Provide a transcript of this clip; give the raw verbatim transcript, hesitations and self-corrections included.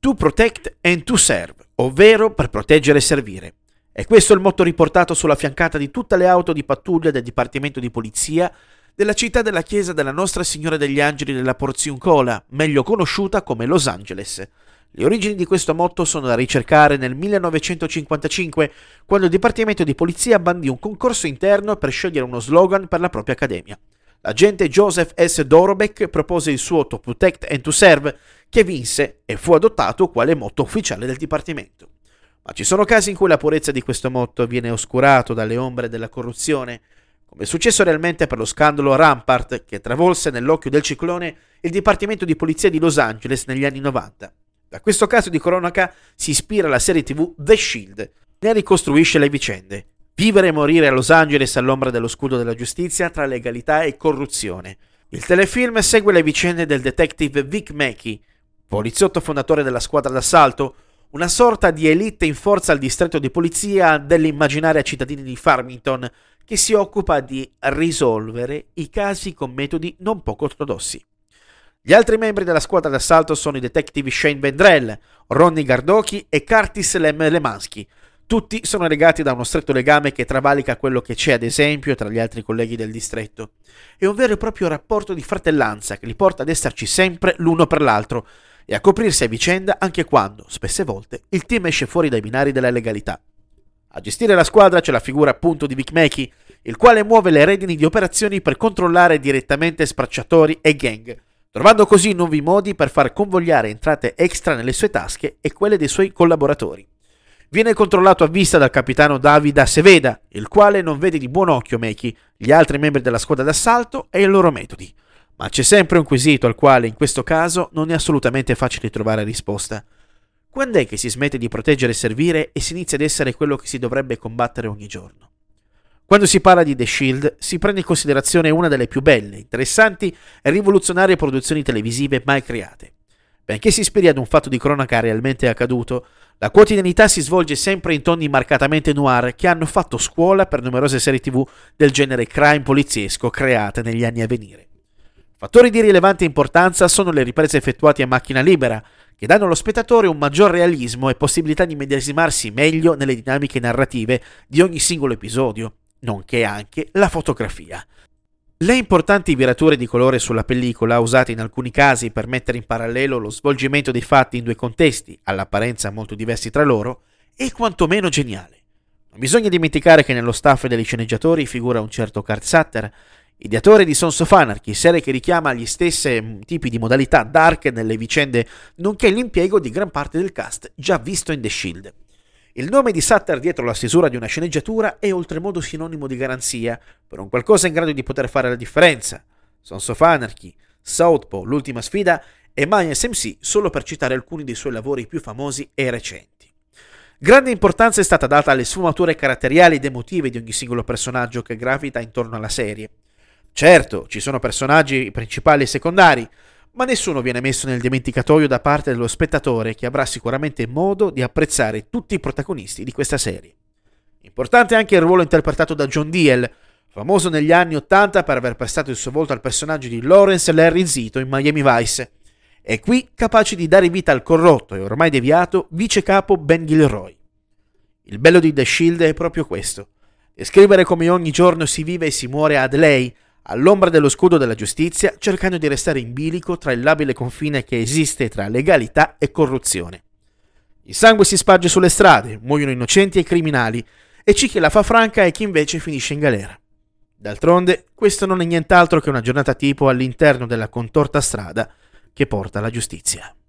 To protect and to serve, ovvero per proteggere e servire. E questo è il motto riportato sulla fiancata di tutte le auto di pattuglia del Dipartimento di Polizia della città della chiesa della Nostra Signora degli Angeli della Porziuncola, meglio conosciuta come Los Angeles. Le origini di questo motto sono da ricercare nel millenovecentocinquantacinque, quando il Dipartimento di Polizia bandì un concorso interno per scegliere uno slogan per la propria accademia. L'agente Joseph S. Dorobeck propose il suo To Protect and to Serve, che vinse e fu adottato quale motto ufficiale del Dipartimento. Ma ci sono casi in cui la purezza di questo motto viene oscurato dalle ombre della corruzione, come è successo realmente per lo scandalo Rampart, che travolse nell'occhio del ciclone il Dipartimento di Polizia di Los Angeles negli anni novanta. Da questo caso di cronaca si ispira la serie tivù The Shield, ne ricostruisce le vicende. Vivere e morire a Los Angeles all'ombra dello scudo della giustizia tra legalità e corruzione. Il telefilm segue le vicende del detective Vic Mackey, poliziotto fondatore della squadra d'assalto, una sorta di elite in forza al distretto di polizia dell'immaginaria cittadina di Farmington, che si occupa di risolvere i casi con metodi non poco ortodossi. Gli altri membri della squadra d'assalto sono i detective Shane Vendrell, Ronnie Gardoki e Curtis Lem Lemansky. Tutti sono legati da uno stretto legame che travalica quello che c'è ad esempio tra gli altri colleghi del distretto. È un vero e proprio rapporto di fratellanza che li porta ad esserci sempre l'uno per l'altro e a coprirsi a vicenda anche quando, spesse volte, il team esce fuori dai binari della legalità. A gestire la squadra c'è la figura appunto di Vic Mackey, il quale muove le redini di operazioni per controllare direttamente spacciatori e gang, trovando così nuovi modi per far convogliare entrate extra nelle sue tasche e quelle dei suoi collaboratori. Viene controllato a vista dal capitano Davide Aceveda, il quale non vede di buon occhio Mackey, gli altri membri della squadra d'assalto e i loro metodi. Ma c'è sempre un quesito al quale in questo caso non è assolutamente facile trovare risposta. Quando è che si smette di proteggere e servire e si inizia ad essere quello che si dovrebbe combattere ogni giorno? Quando si parla di The Shield si prende in considerazione una delle più belle, interessanti e rivoluzionarie produzioni televisive mai create. Benché si ispiri ad un fatto di cronaca realmente accaduto, la quotidianità si svolge sempre in toni marcatamente noir che hanno fatto scuola per numerose serie tivù del genere crime poliziesco create negli anni a venire. Fattori di rilevante importanza sono le riprese effettuate a macchina libera, che danno allo spettatore un maggior realismo e possibilità di medesimarsi meglio nelle dinamiche narrative di ogni singolo episodio, nonché anche la fotografia. Le importanti virature di colore sulla pellicola, usate in alcuni casi per mettere in parallelo lo svolgimento dei fatti in due contesti, all'apparenza molto diversi tra loro, è quantomeno geniale. Non bisogna dimenticare che nello staff degli sceneggiatori figura un certo Kurt Sutter, ideatore di Sons of Anarchy, serie che richiama gli stessi tipi di modalità dark nelle vicende, nonché l'impiego di gran parte del cast già visto in The Shield. Il nome di Sutter dietro la stesura di una sceneggiatura è oltremodo sinonimo di garanzia per un qualcosa in grado di poter fare la differenza. Sons of Anarchy, Southpaw, L'ultima sfida e Mayans M C, solo per citare alcuni dei suoi lavori più famosi e recenti. Grande importanza è stata data alle sfumature caratteriali ed emotive di ogni singolo personaggio che gravita intorno alla serie. Certo, ci sono personaggi principali e secondari, ma nessuno viene messo nel dimenticatoio da parte dello spettatore, che avrà sicuramente modo di apprezzare tutti i protagonisti di questa serie. Importante anche il ruolo interpretato da John Diehl, famoso negli anni ottanta per aver prestato il suo volto al personaggio di Lawrence Larry Zito in Miami Vice, e qui capace di dare vita al corrotto e ormai deviato vice capo Ben Gilroy. Il bello di The Shield è proprio questo: descrivere come ogni giorno si vive e si muore ad L A, all'ombra dello scudo della giustizia, cercando di restare in bilico tra il labile confine che esiste tra legalità e corruzione. Il sangue si sparge sulle strade, muoiono innocenti e criminali, e c'è chi la fa franca e chi invece finisce in galera. D'altronde, questo non è nient'altro che una giornata tipo all'interno della contorta strada che porta alla giustizia.